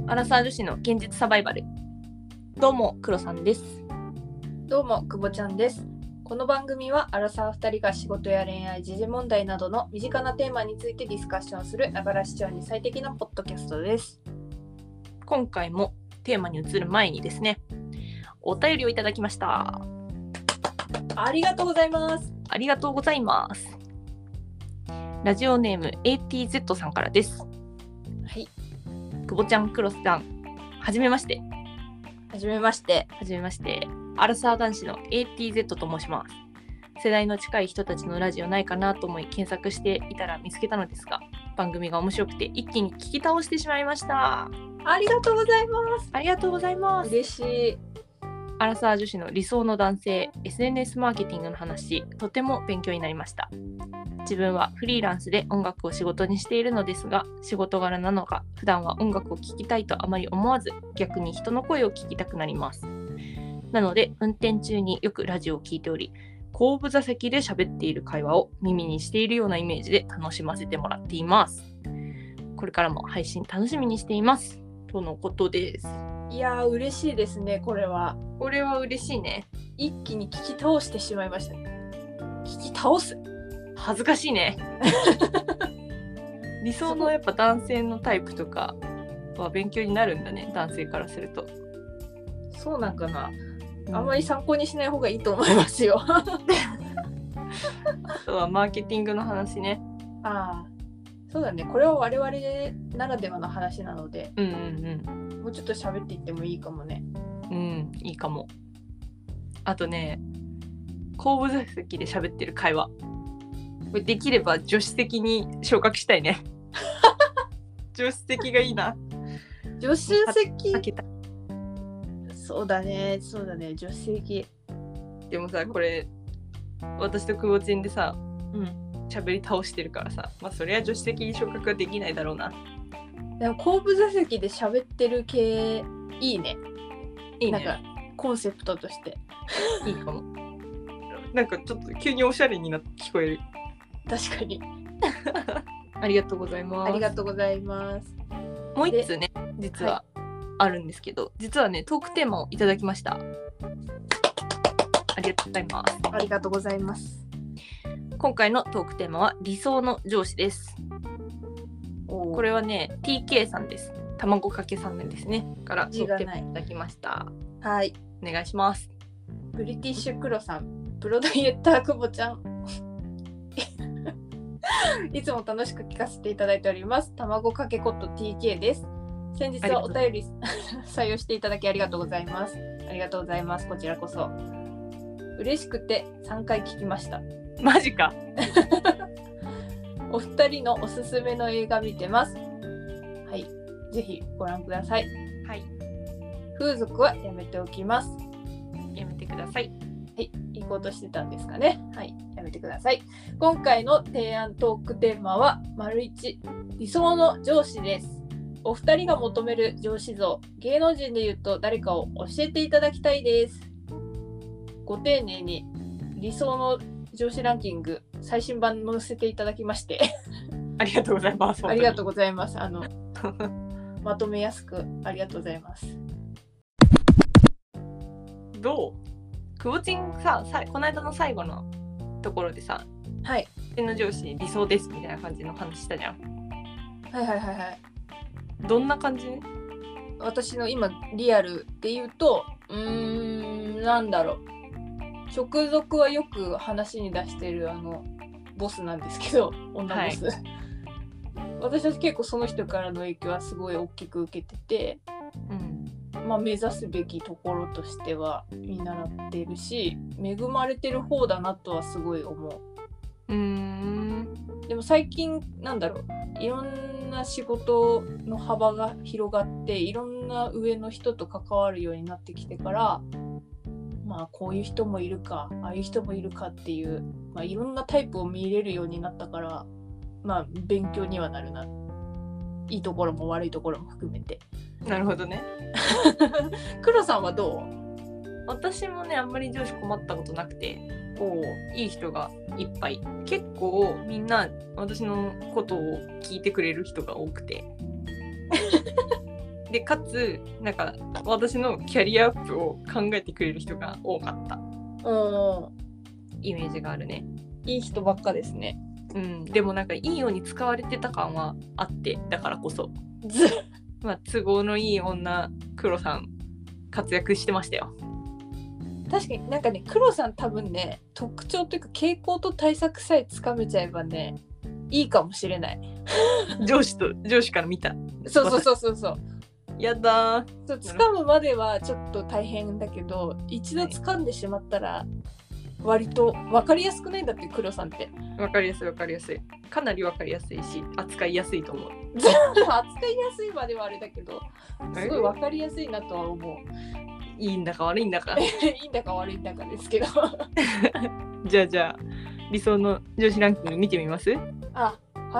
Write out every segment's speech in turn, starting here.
アラサー女子の現実サバイバル。どうもクロさんです。 どうもくぼちゃんです。この番組はアラサー2人が仕事や恋愛、時事問題などの身近なテーマについてディスカッションするながら視聴に最適なポッドキャストです。 今回もテーマに移る前にですね、お便りをいただきました。 ありがとうございます。 ありがとうございます。ラジオネーム ATZ さんからです。 はい。 くぼちゃん、クロさん、はじめまして。 はじめまして。 はじめまして。アラサー男子の ATZ と申します。世代の近い人たちのラジオないかなと思い検索していたら見つけたのですが、番組が面白くて一気に聞き倒してしまいました。 ありがとうございます。 ありがとうございます。 嬉しい。 アラサー女子の理想の男性、SNS マーケティングの話、とても勉強になりました。自分はフリーランスで音楽を仕事にしているのですが、仕事柄なのか普段は音楽を聴きたいとあまり思わず、逆に人の声を聞きたくなります。なので運転中によくラジオを聴いており、後部座席で喋っている会話を耳にしているようなイメージで楽しませてもらっています。これからも配信楽しみにしています。とのことです。 いやー嬉しいですね。これは嬉しいね。 一気に聞き倒してしまいましたね。聞き倒す恥ずかしいね。理想のやっぱ男性のタイプとかは勉強になるんだね、男性からすると。 そうなんかな、あんまり参考にしない方がいいと思いますよ。 あとはマーケティングの話ね。 ああ、そうだね。これは我々ならではの話なので、もうちょっと喋っていってもいいかもね。 いいかも。あとね、後部座席で喋ってる会話、これできれば助手席に昇格したいね。助手席がいいな。 助手席避けた。 そうだね、助手席。 でもさ、これ私とくぼちんでさ、喋り倒してるからさ、そりゃ助手席に昇格はできないだろうな。 でも後部座席で喋ってる系いいね。いいね。なんかコンセプトとしていいかも。なんかちょっと急におしゃれになって聞こえる。 確かに。 ありがとうございます。 ありがとうございます。 もう一つね、実はあるんですけど、実はね、トークテーマをいただきました。ありがとうございます。 ありがとうございます。 今回のトークテーマは理想の上司です。これはね、TK さんです。卵かけさんですね。からトークテーマいただきました。 はい。 お願いします。 ブリティッシュクロさん、プロダイエッターくぼちゃん。いつも楽しく聞かせていただいております。卵かけこと TK です。先日はお便り採用していただきありがとうございます。ありがとうございます。こちらこそ。嬉しくて3回聞きました。 マジか。 お二人のおすすめの映画見てます。はい。ぜひご覧ください。 はい。 風俗はやめておきます。 やめてください。 はい。行こうとしてたんですかね。はい。やめてください。今回の提案トークテーマは、①理想の上司です。お二人が求める上司像、芸能人で言うと誰かを教えていただきたいです。ご丁寧に理想の上司ランキング最新版載せていただきましてありがとうございます。 ありがとうございます。まとめやすくありがとうございます。 どう？くぼちんさ、この間の最後のところでさ、 はい。 うちの上司理想ですみたいな感じの話したじゃん。 はい。 どんな感じ？ 私の今リアルで言うと、なんだろう。直属はよく話に出してるボスなんですけど、女ボス。はい、私は結構その人からの影響はすごい大きく受けてて、目指すべきところとしては見習ってるし、恵まれてる方だなとはすごい思う。でも最近いろんな仕事の幅が広がって、いろんな上の人と関わるようになってきてから、こういう人もいるか、ああいう人もいるかっていう、いろんなタイプを見れるようになったから、勉強にはなるな。いいところも悪いところも含めて。 なるほどね。 黒さんはどう？ 私もね、あんまり上司困ったことなくて、いい人がいっぱい。結構みんな私のことを聞いてくれる人が多くて。 でかつなんか私のキャリアアップを考えてくれる人が多かったイメージがあるね。 いい人ばっかですね。 でもなんかいいように使われてた感はあって、だからこそまあ都合のいい女黒さん活躍してましたよ。 確かになんかね、黒さん多分ね、特徴というか傾向と対策さえつかめちゃえばね、いいかもしれない。 上司から見た。 そうやだー。 そう、掴むまではちょっと大変だけど、一度掴んでしまったら割と分かりやすくない？だって黒さんって分かりやすい、かなり分かりやすいし扱いやすいと思う。 扱いやすいまではあれだけど、すごい分かりやすいなとは思う。 いいんだか悪いんだかいいんだか悪いんだかですけどじゃあ理想の上司ランキング見てみます？ はい、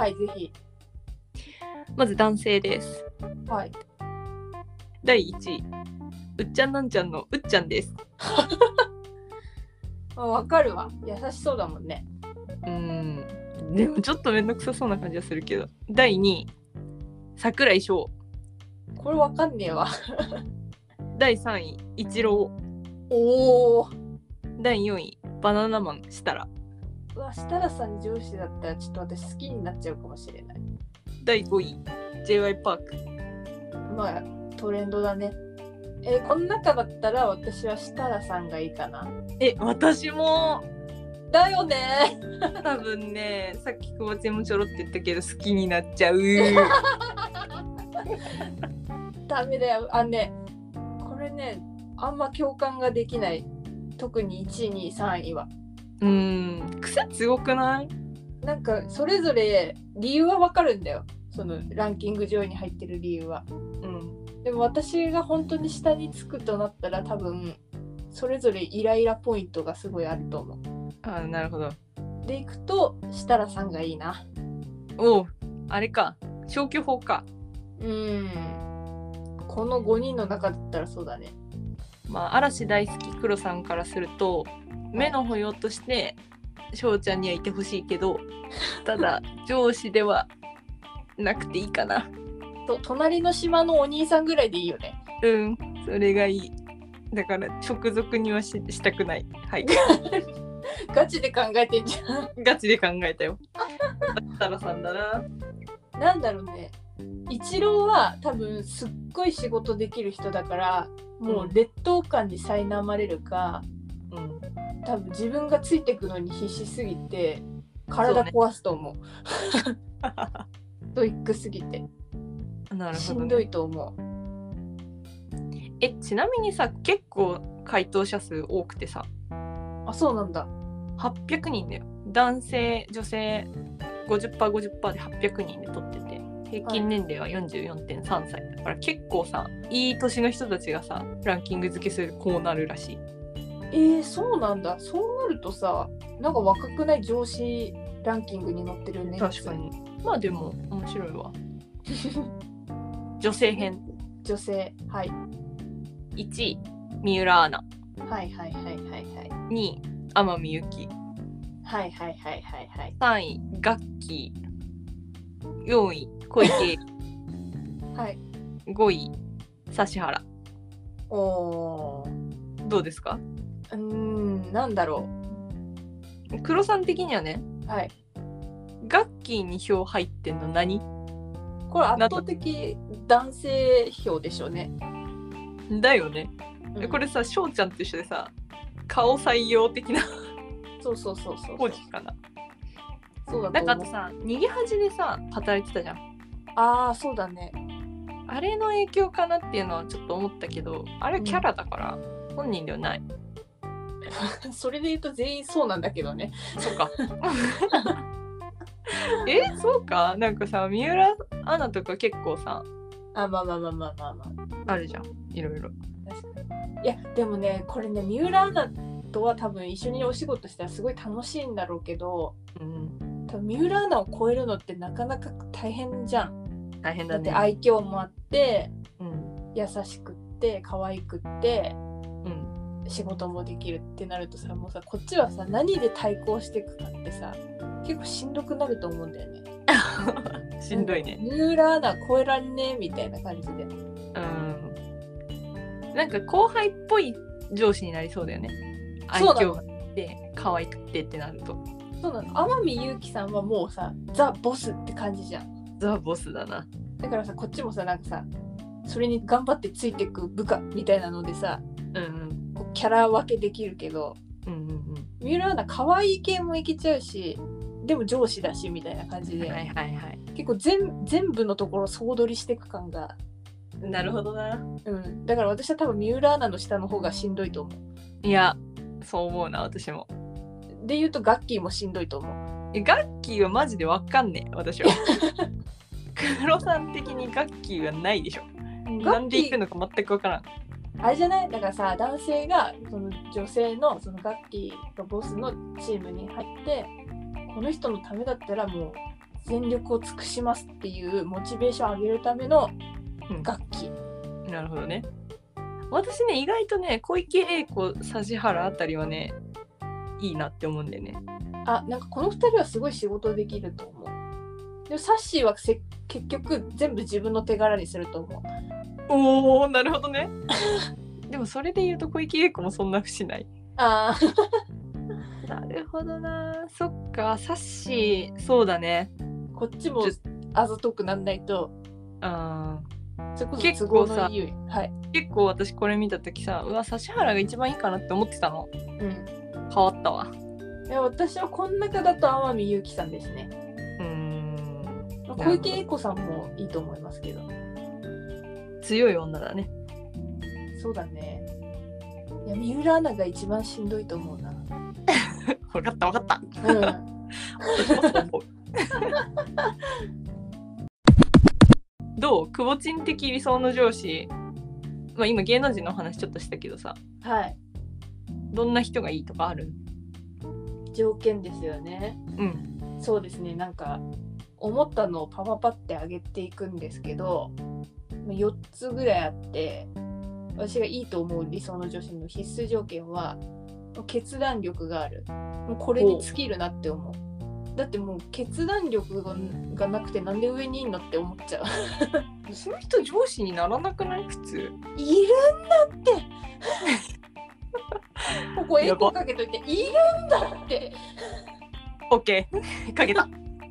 ぜひ。 まず男性です。 はい。 第1位、うっちゃんなんちゃんのうっちゃんです。 わかるわ、優しそうだもんね。 でもちょっとめんどくさそうな感じはするけど。第2位、桜井翔。 これわかんねえわ第3位、一郎。第4位、バナナマン設楽。 設楽さん上司だったらちょっと私好きになっちゃうかもしれない。 第5位、J.Y. パーク。 まあトレンドだね。この中だったら私は設楽さんがいいかな。 私もだよね。 多分ね、さっき久保ちゃんもちょろって言ったけど好きになっちゃうダメだよ。これね、あんま共感ができない。特に1位、2位、3位は。 癖強くない？ なんかそれぞれ理由はわかるんだよ。そのランキング上位に入ってる理由は。でも私が本当に下につくとなったら多分それぞれイライラポイントがすごいあると思う。 なるほど。 でいくと設楽さんがいいな。 あれか、消去法か。 この5人の中だったらそうだね。 嵐大好き黒さんからすると目の保養として翔ちゃんにはいてほしいけど、ただ上司ではなくていいかな。 隣の島のお兄さんぐらいでいいよね。 それがいい。だから直属にはしたくない。はいガチで考えてんじゃん。 ガチで考えたよ。設楽さんだな。 なんだろうね、一郎は多分すっごい仕事できる人だからもう劣等感に苛まれるか、多分自分がついてくのに必死すぎて体壊すと思う。ストイックすぎて。 なるほどね、 しんどいと思う。 ちなみにさ、結構回答者数多くてさ。 そうなんだ。 800人だよ。男性女性 50%50% で800人で取ってて、平均年齢は 44.3 歳だから結構さ、いい年の人たちがさランキング付けするこうなるらしい。そうなんだ。そうなるとさ、なんか若くない上司ランキングに載ってるね。 確かに。でも面白いわ女性編。 女性、はい。 1位三浦アナ。 はい。 2位天海祐希。 はい。 3位ガッキー。4位小池はい。 5位指原。どうですか？ なんだろう。黒さん的にはね、 はい。 ガッキーに票入ってんの何？ これ圧倒的男性票でしょうね。 だよね。これさ、翔ちゃんと一緒でさ、顔採用的なそうポジかな。 そうだと思う。 なんかあとさ、逃げ恥でさ働いてたじゃん。 そうだね。 あれの影響かなっていうのはちょっと思ったけど、あれキャラだから、本人ではない。 それで言うと全員そうなんだけどね。 そうかそうか。なんかさ、三浦アナとか結構さ、 まああるじゃん、いろいろ。 確かに。いやでもね、これね、三浦アナとは多分一緒にお仕事したらすごい楽しいんだろうけど、多分三浦アナを超えるのってなかなか大変じゃん。 大変だね。 だって愛嬌もあって、優しくって可愛くって、仕事もできるってなるとさ、もうさ、こっちはさ、何で対抗していくかってさ、結構しんどくなると思うんだよね。 しんどいね。 三浦アナ超えらんねえみたいな感じで。 なんか後輩っぽい上司になりそうだよね。愛嬌があって可愛くてってなると。 そうなの。天海祐希さんはもうさザ・ボスって感じじゃん。 ザ・ボスだな。 だからさこっちもさなんかさそれに頑張ってついていく部下みたいなのでさ、こうキャラ分けできるけど、三浦アナ可愛い系もいけちゃうしでも上司だしみたいな感じで、結構全部のところ総取りしていく感が。 なるほどな。 だから私は多分三浦アナの下の方がしんどいと思う。 いやそう思うな私も。 で言うとガッキーもしんどいと思う。ガッキーはマジでわかんねえ私は。黒さん的にガッキーはないでしょ。なんで行くのか全くわからん。 あれじゃない？だからさ男性がその女性のそのガッキーがボスのチームに入ってこの人のためだったらもう全力を尽くしますっていうモチベーションを上げるためのガッキー。 なるほどね。私ね意外とね小池栄子指原あたりはねいいなって思うんだよね。 なんかこの2人はすごい仕事できると思う。でもサッシーは結局全部自分の手柄にすると思う。 おーなるほどね。でもそれで言うと小池栄子もそんなふしない。 なるほどな。そっかサッシーそうだね。 こっちもあざとくなんないと。それこそ都合のいい。 結構私これ見た時さ指原が一番いいかなって思ってたの。変わったわ。 いや私はこの中だと天海祐希さんですね。小池栄子さんもいいと思いますけど。 強い女だね。 そうだね。いや三浦アナが一番しんどいと思うな。 分かった。どう？くぼちん的理想の上司。今芸能人の話ちょっとしたけどさ。どんな人がいいとかある？ 条件ですよね。そうですね。なんか思ったのをパパって上げていくんですけど4つぐらいあって私がいいと思う理想の女子の必須条件は決断力がある。もうこれに尽きるなって思う。だってもう決断力がなくてなんで上にいんのって思っちゃう。 その人上司にならなくない？普通いるんだってここエコーかけといているんだって。 オッケーかけた。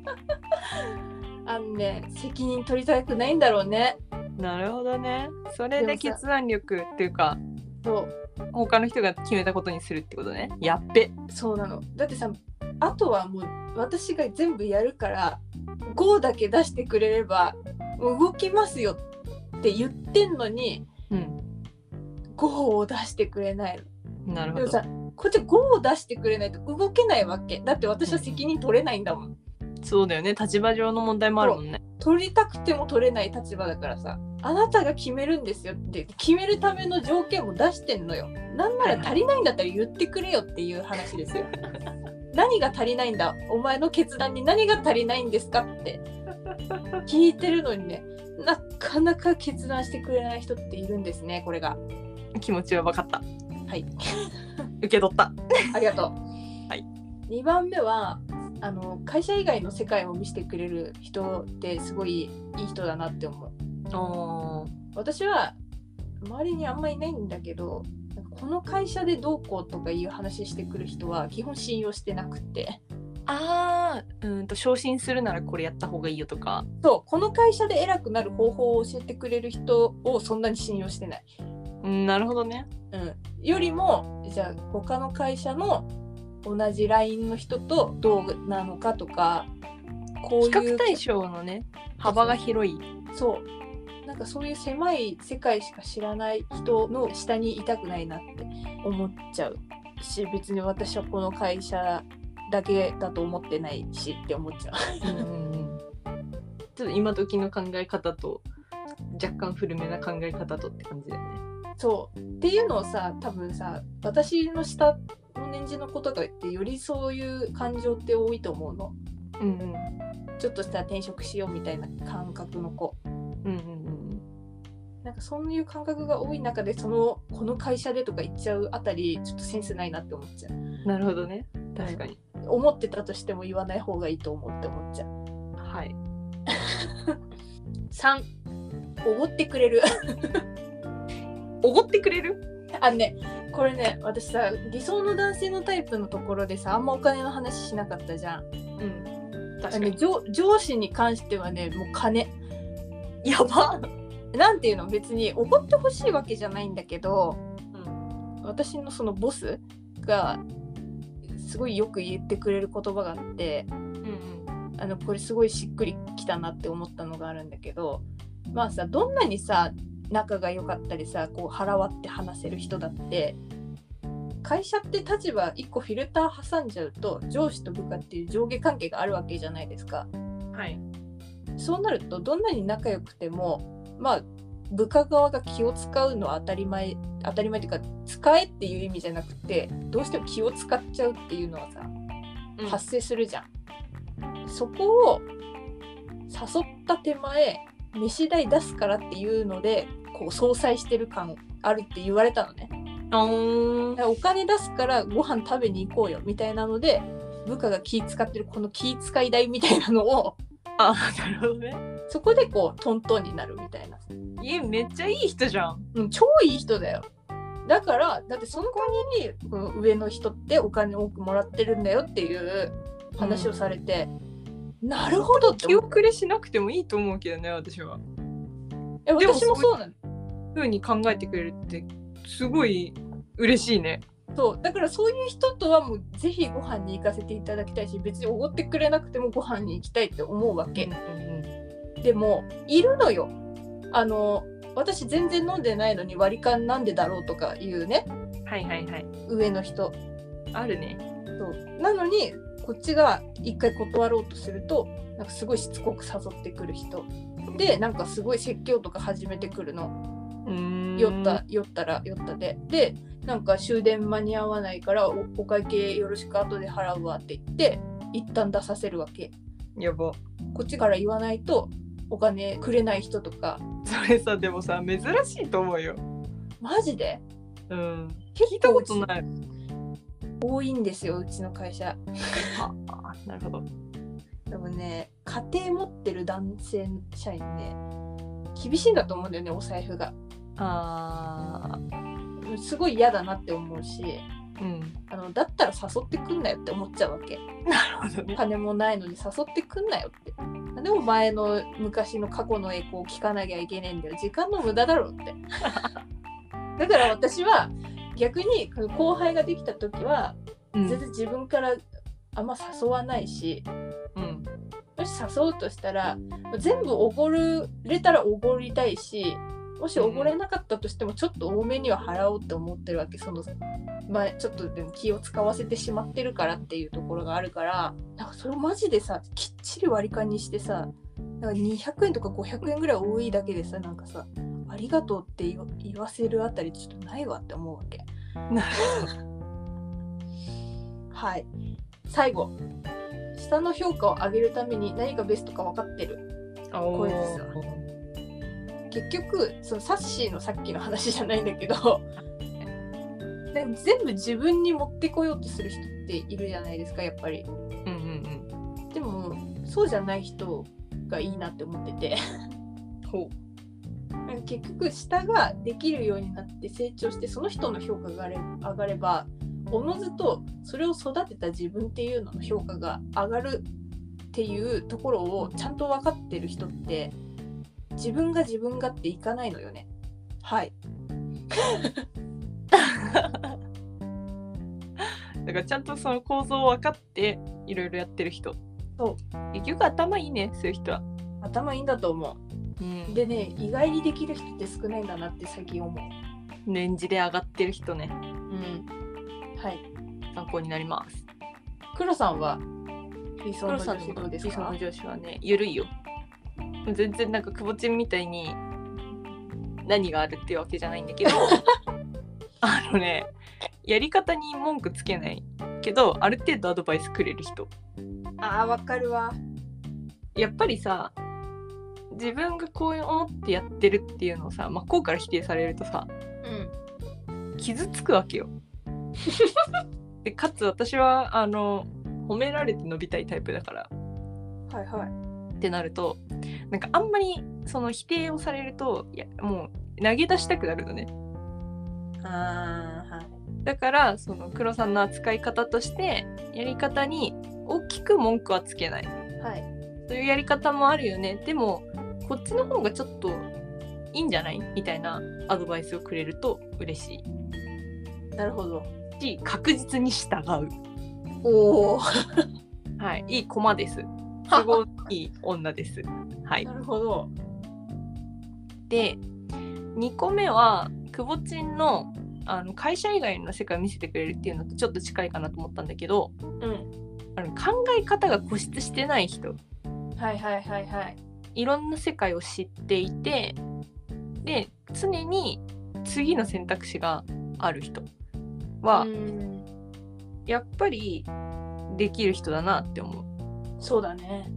責任取りたくないんだろうね。 なるほどね。それで決断力っていうか他の人が決めたことにするってことね。やっべ。 そうなの。だってさあとはもう私が全部やるから5だけ出してくれれば動きますよって言ってんのに、5を出してくれないの。 なるほど。 でもさこっち5を出してくれないと動けないわけだって私は責任取れないんだもん。 そうだよね。立場上の問題もあるもんね。 取りたくても取れない立場だからさあなたが決めるんですよって決めるための条件も出してんのよ。なんなら足りないんだったら言ってくれよっていう話ですよ。何が足りないんだお前の決断に何が足りないんですかって聞いてるのにねなかなか決断してくれない人っているんですね。これが気持ちは分かった。 はい受け取った。 ありがとう。2番目は会社以外の世界を見せてくれる人ってすごいいい人だなって思う。私は周りにあんまりいないんだけどこの会社でどうこうとかいう話してくる人は基本信用してなくて昇進するならこれやった方がいいよとかそうこの会社で偉くなる方法を教えてくれる人をそんなに信用してない。 なるほどね。 よりもじゃあ他の会社の同じラインの人とどうなのかとかこういう比較対象のね幅が広い。 そうなんかそういう狭い世界しか知らない人の下にいたくないなって思っちゃうし別に私はこの会社だけだと思ってないしって思っちゃう。 ちょっと今時の考え方と若干古めな考え方とって感じだよね。 そうっていうのをさ多分さ私の下の年次の子とかってよりそういう感情って多いと思うの。ちょっとしたら転職しようみたいな感覚の子。なんかそういう感覚が多い中でこの会社でとか言っちゃうあたりちょっとセンスないなって思っちゃう。 なるほどね。確かに。 思ってたとしても言わない方がいいと思って思っちゃう。 はい。 3 おごってくれるおごってくれる？ これね、私さ、理想の男性のタイプのところでさ、あんまお金の話しなかったじゃん。 確かに。 上司に関してはね、もう金。 やば。 なんていうの、別におごってほしいわけじゃないんだけど、私のそのボスがすごいよく言ってくれる言葉があって、これすごいしっくりきたなって思ったのがあるんだけど、まあさ、どんなにさ仲が良かったりさ、こう腹割って話せる人だって、会社って立場1個フィルター挟んじゃうと、上司と部下っていう上下関係があるわけじゃないですか。 はい。 そうなると、どんなに仲良くても、まあ部下側が気を使うのは当たり前っていうか、使えっていう意味じゃなくて、どうしても気を使っちゃうっていうのはさ、発生するじゃん。そこを誘った手前、飯代出すからっていうのでこう相殺してる感あるって言われたのね。だからお金出すからご飯食べに行こうよみたいなので、部下が気使ってるこの気遣い代みたいなのを、 なるほどね。 そこでこうトントンになるみたいな。 めっちゃいい人じゃん。 超いい人だよ。だってその代わりにこの上の人ってお金多くもらってるんだよっていう話をされて、なるほどって。 気遅れしなくてもいいと思うけどね、私は。 私もそうなの。 風に考えてくれるってすごい嬉しいね。 そうだから、そういう人とはもうぜひご飯に行かせていただきたいし、別におごってくれなくてもご飯に行きたいって思うわけ。でもいるのよ。私全然飲んでないのに割り勘なんでだろうとか言うね。上の人あるね。 そうなのに、こっちが一回断ろうとすると、なんかすごいしつこく誘ってくる人で、なんかすごい説教とか始めてくるの。酔ったら酔ったでなんか終電間に合わないからお会計よろしく後で払うわって言って一旦出させるわけ。 やば。 こっちから言わないとお金くれない人とか。 それさ、でもさ、珍しいと思うよ。 マジで？ 聞いたことない。 多いんですよ、うちの会社。 なるほど。 でもね、家庭持ってる男性社員ね、厳しいんだと思うんだよね、お財布が。すごい嫌だなって思うし、だったら誘ってくんなよって思っちゃうわけ。 なるほどね。 金もないのに誘ってくんなよって。でも前の昔の過去の栄光を聞かなきゃいけねえんだよ。時間の無駄だろって。だから私は逆に後輩ができた時は、全然自分からあんま誘わないし、もし誘おうとしたら全部おごれたらおごりたいし、もしおごれなかったとしてもちょっと多めには払おうって思ってるわけ。ちょっとでも気を使わせてしまってるからっていうところがあるから、なんかそれをマジでさ、きっちり割り勘にしてさ、なんか200円とか500円ぐらい多いだけでさ、なんかさ、ありがとうって言わせるあたりちょっとないわって思うわけ。 なるほど。 はい。最後、下の評価を上げるために何がベストか分かってる。これですわ。結局そのサッシーのさっきの話じゃないんだけど全部自分に持ってこようとする人っているじゃないですか、やっぱり。でもそうじゃない人がいいなって思ってて結局下ができるようになって成長して、その人の評価が上がれば、おのずとそれを育てた自分っていうのの評価が上がるっていうところをちゃんと分かってる人って、自分がっていかないのよね。はい。 だからちゃんとその構造を分かっていろいろやってる人。 そう。 結局頭いいね、そういう人は。 頭いいんだと思う。でね、意外にできる人って少ないんだなって最近思う。 年次で上がってる人ね。 はい。 参考になります。 黒さんは理想の上司どうですか？ 理想の上司はね、ゆるいよ。全然なんかくぼちんみたいに何があるっていうわけじゃないんだけどやり方に文句つけないけど、ある程度アドバイスくれる人。 わかるわ。 やっぱりさ、自分がこう思ってやってるっていうのをさ、真っ向から否定されるとさ、傷つくわけよ。でかつ私は褒められて伸びたいタイプだから、ってなると、なんかあんまりその否定をされるともう投げ出したくなるのね。 はい。 だからその黒さんの扱い方としてやり方に大きく文句はつけない。 はい。 そういうやり方もあるよね。でもこっちの方がちょっといいんじゃないみたいなアドバイスをくれると嬉しい。 なるほど。 し、確実に従う。 おお。 はい、いい駒です。すごいいい女です。はい。 なるほど。 で、2個目はくぼちんの会社以外の世界を見せてくれるっていうのとちょっと近いかなと思ったんだけど、考え方が固執してない人。 はいはいはいはい。 いろんな世界を知っていて、で常に次の選択肢がある人はやっぱりできる人だなって思う。 そうだね。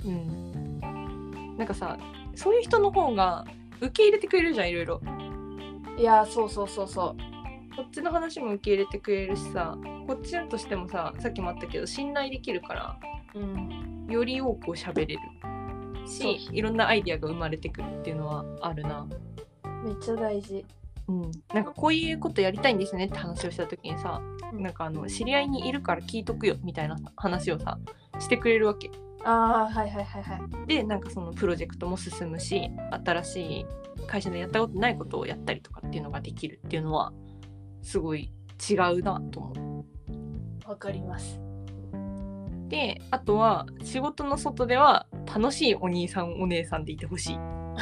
なんかさ、そういう人の方が受け入れてくれるじゃん、いろいろ。 いや、そうそうそうそう。 こっちの話も受け入れてくれるしさ、こっちとしてもさ、さっきもあったけど信頼できるから、より多く喋れるし、いろんなアイディアが生まれてくるっていうのはあるな。 めっちゃ大事。 なんかこういうことやりたいんですねって話をした時にさ、なんか知り合いにいるから聞いとくよみたいな話をさしてくれるわけ。 はいはいはいはい。 でなんかそのプロジェクトも進むし、新しい会社でやったことないことをやったりとかっていうのができるっていうのはすごい違うなと思う。 わかります。 で、あとは仕事の外では楽しいお兄さんお姉さんでいてほしい。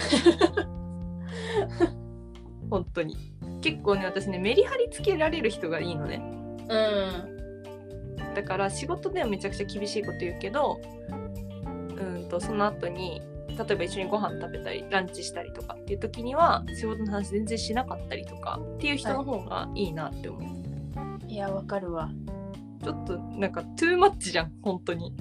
本当に結構ね、私ねメリハリつけられる人がいいのね。だから仕事ではめちゃくちゃ厳しいこと言うけど、その後に例えば一緒にご飯食べたりランチしたりとかっていう時には仕事の話全然しなかったりとかっていう人の方がいいなって思う。 いや、わかるわ。 ちょっとなんかトゥーマッチじゃん本当に。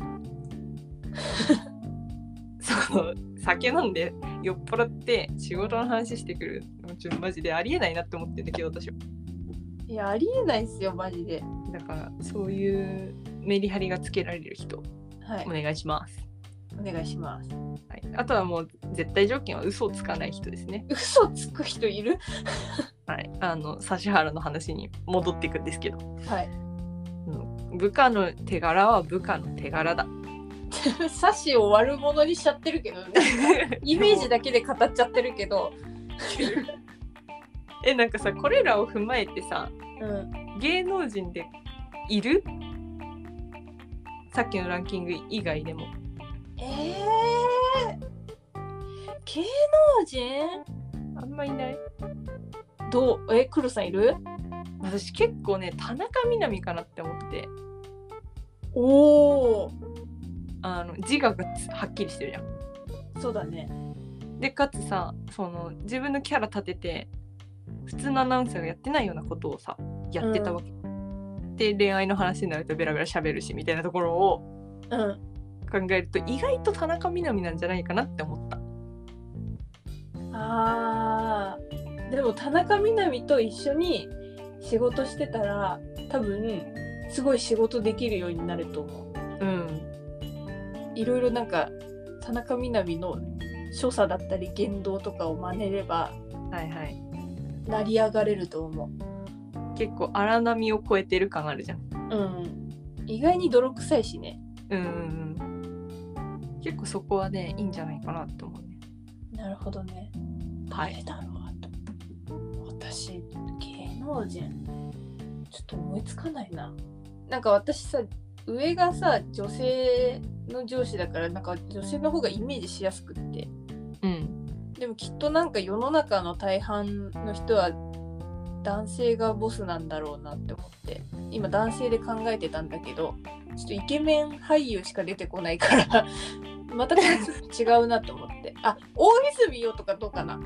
そう酒飲んで酔っ払って仕事の話してくるのマジでありえないなって思ってるんだけど私は。 いや、ありえないっすよマジで。 だからそういうメリハリがつけられる人、お願いします。 お願いします。 はい、あとはもう絶対条件は嘘をつかない人ですね。 嘘つく人いる？ はい、指原の話に戻っていくんですけど、 はい、 部下の手柄は部下の手柄だ。 サシを悪者にしちゃってるけどね。イメージだけで語っちゃってるけど。 なんかさ、これらを踏まえてさ、芸能人でいる？さっきのランキング以外でも。 芸能人？ あんまいない。 どう？黒さんいる？ 私結構ね、田中みな実かなって思って。 おー。 自我がはっきりしてるじゃん。 そうだね。 でかつさ、その自分のキャラ立てて普通のアナウンサーがやってないようなことをさやってたわけ、で恋愛の話になるとベラベラ喋るしみたいなところを考えると、意外と田中みな実なんじゃないかなって思った。 でも田中みな実と一緒に仕事してたら多分すごい仕事できるようになると思う。いろいろなんか田中みな実の所作だったり言動とかを真似れば、成り上がれると思う。 結構荒波を超えてる感あるじゃん。 意外に泥臭いしね。 結構そこはねいいんじゃないかなって思うね。 なるほどね。誰だろう。私芸能人ちょっと思いつかないな。なんか私さ、上がさ女性の上司だからなんか女性の方がイメージしやすくって、でもきっとなんか世の中の大半の人は男性がボスなんだろうなって思って今男性で考えてたんだけど、ちょっとイケメン俳優しか出てこないからまた違うなと思って。大泉洋とかどうかな。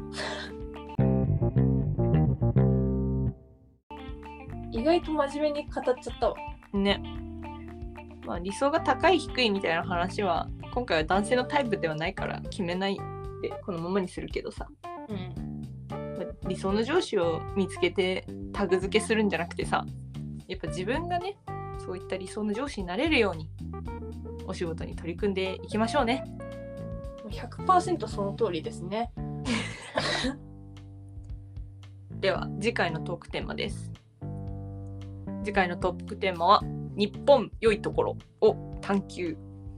意外と真面目に語っちゃったわね。まあ理想が高い低いみたいな話は今回は男性のタイプではないから決めないでこのままにするけどさ、理想の上司を見つけてタグ付けするんじゃなくてさ、やっぱ自分がねそういった理想の上司になれるようにお仕事に取り組んでいきましょうね。 100% その通りですね。 では次回のトークテーマです。次回のトークテーマは日本良いところを探求。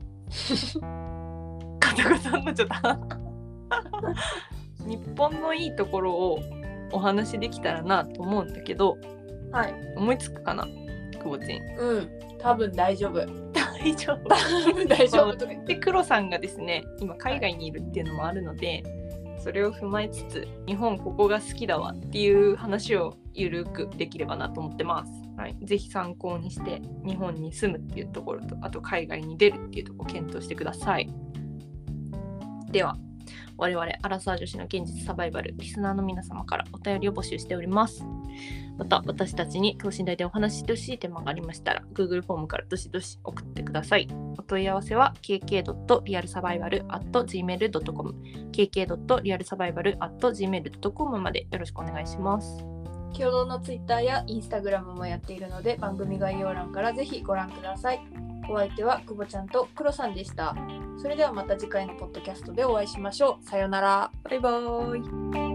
カタカさんになっちゃった日本のいいところをお話できたらなと思うんだけど、 はい、 思いつくかな、くぼちん。 多分大丈夫。 大丈夫。 多分大丈夫とか言って。 で、黒さんがですね、今海外にいるっていうのもあるので、それを踏まえつつ、日本ここが好きだわっていう話をゆるくできればなと思ってます。はい、ぜひ参考にして日本に住むっていうところと、あと海外に出るっていうところを検討してください。では、我々アラサー女子の現実サバイバルリスナーの皆様からお便りを募集しております。また私たちに等身大でお話ししてほしいテーマがありましたら Google フォームからどしどし送ってください。お問い合わせは kk.realsurvival@gmail.com kk.realsurvival@gmail.com までよろしくお願いします。 共同の Twitter や Instagram もやっているので番組概要欄からぜひご覧ください。お相手はくぼちゃんとくろさんでした。それではまた次回のポッドキャストでお会いしましょう。さようなら。 バイバーイ。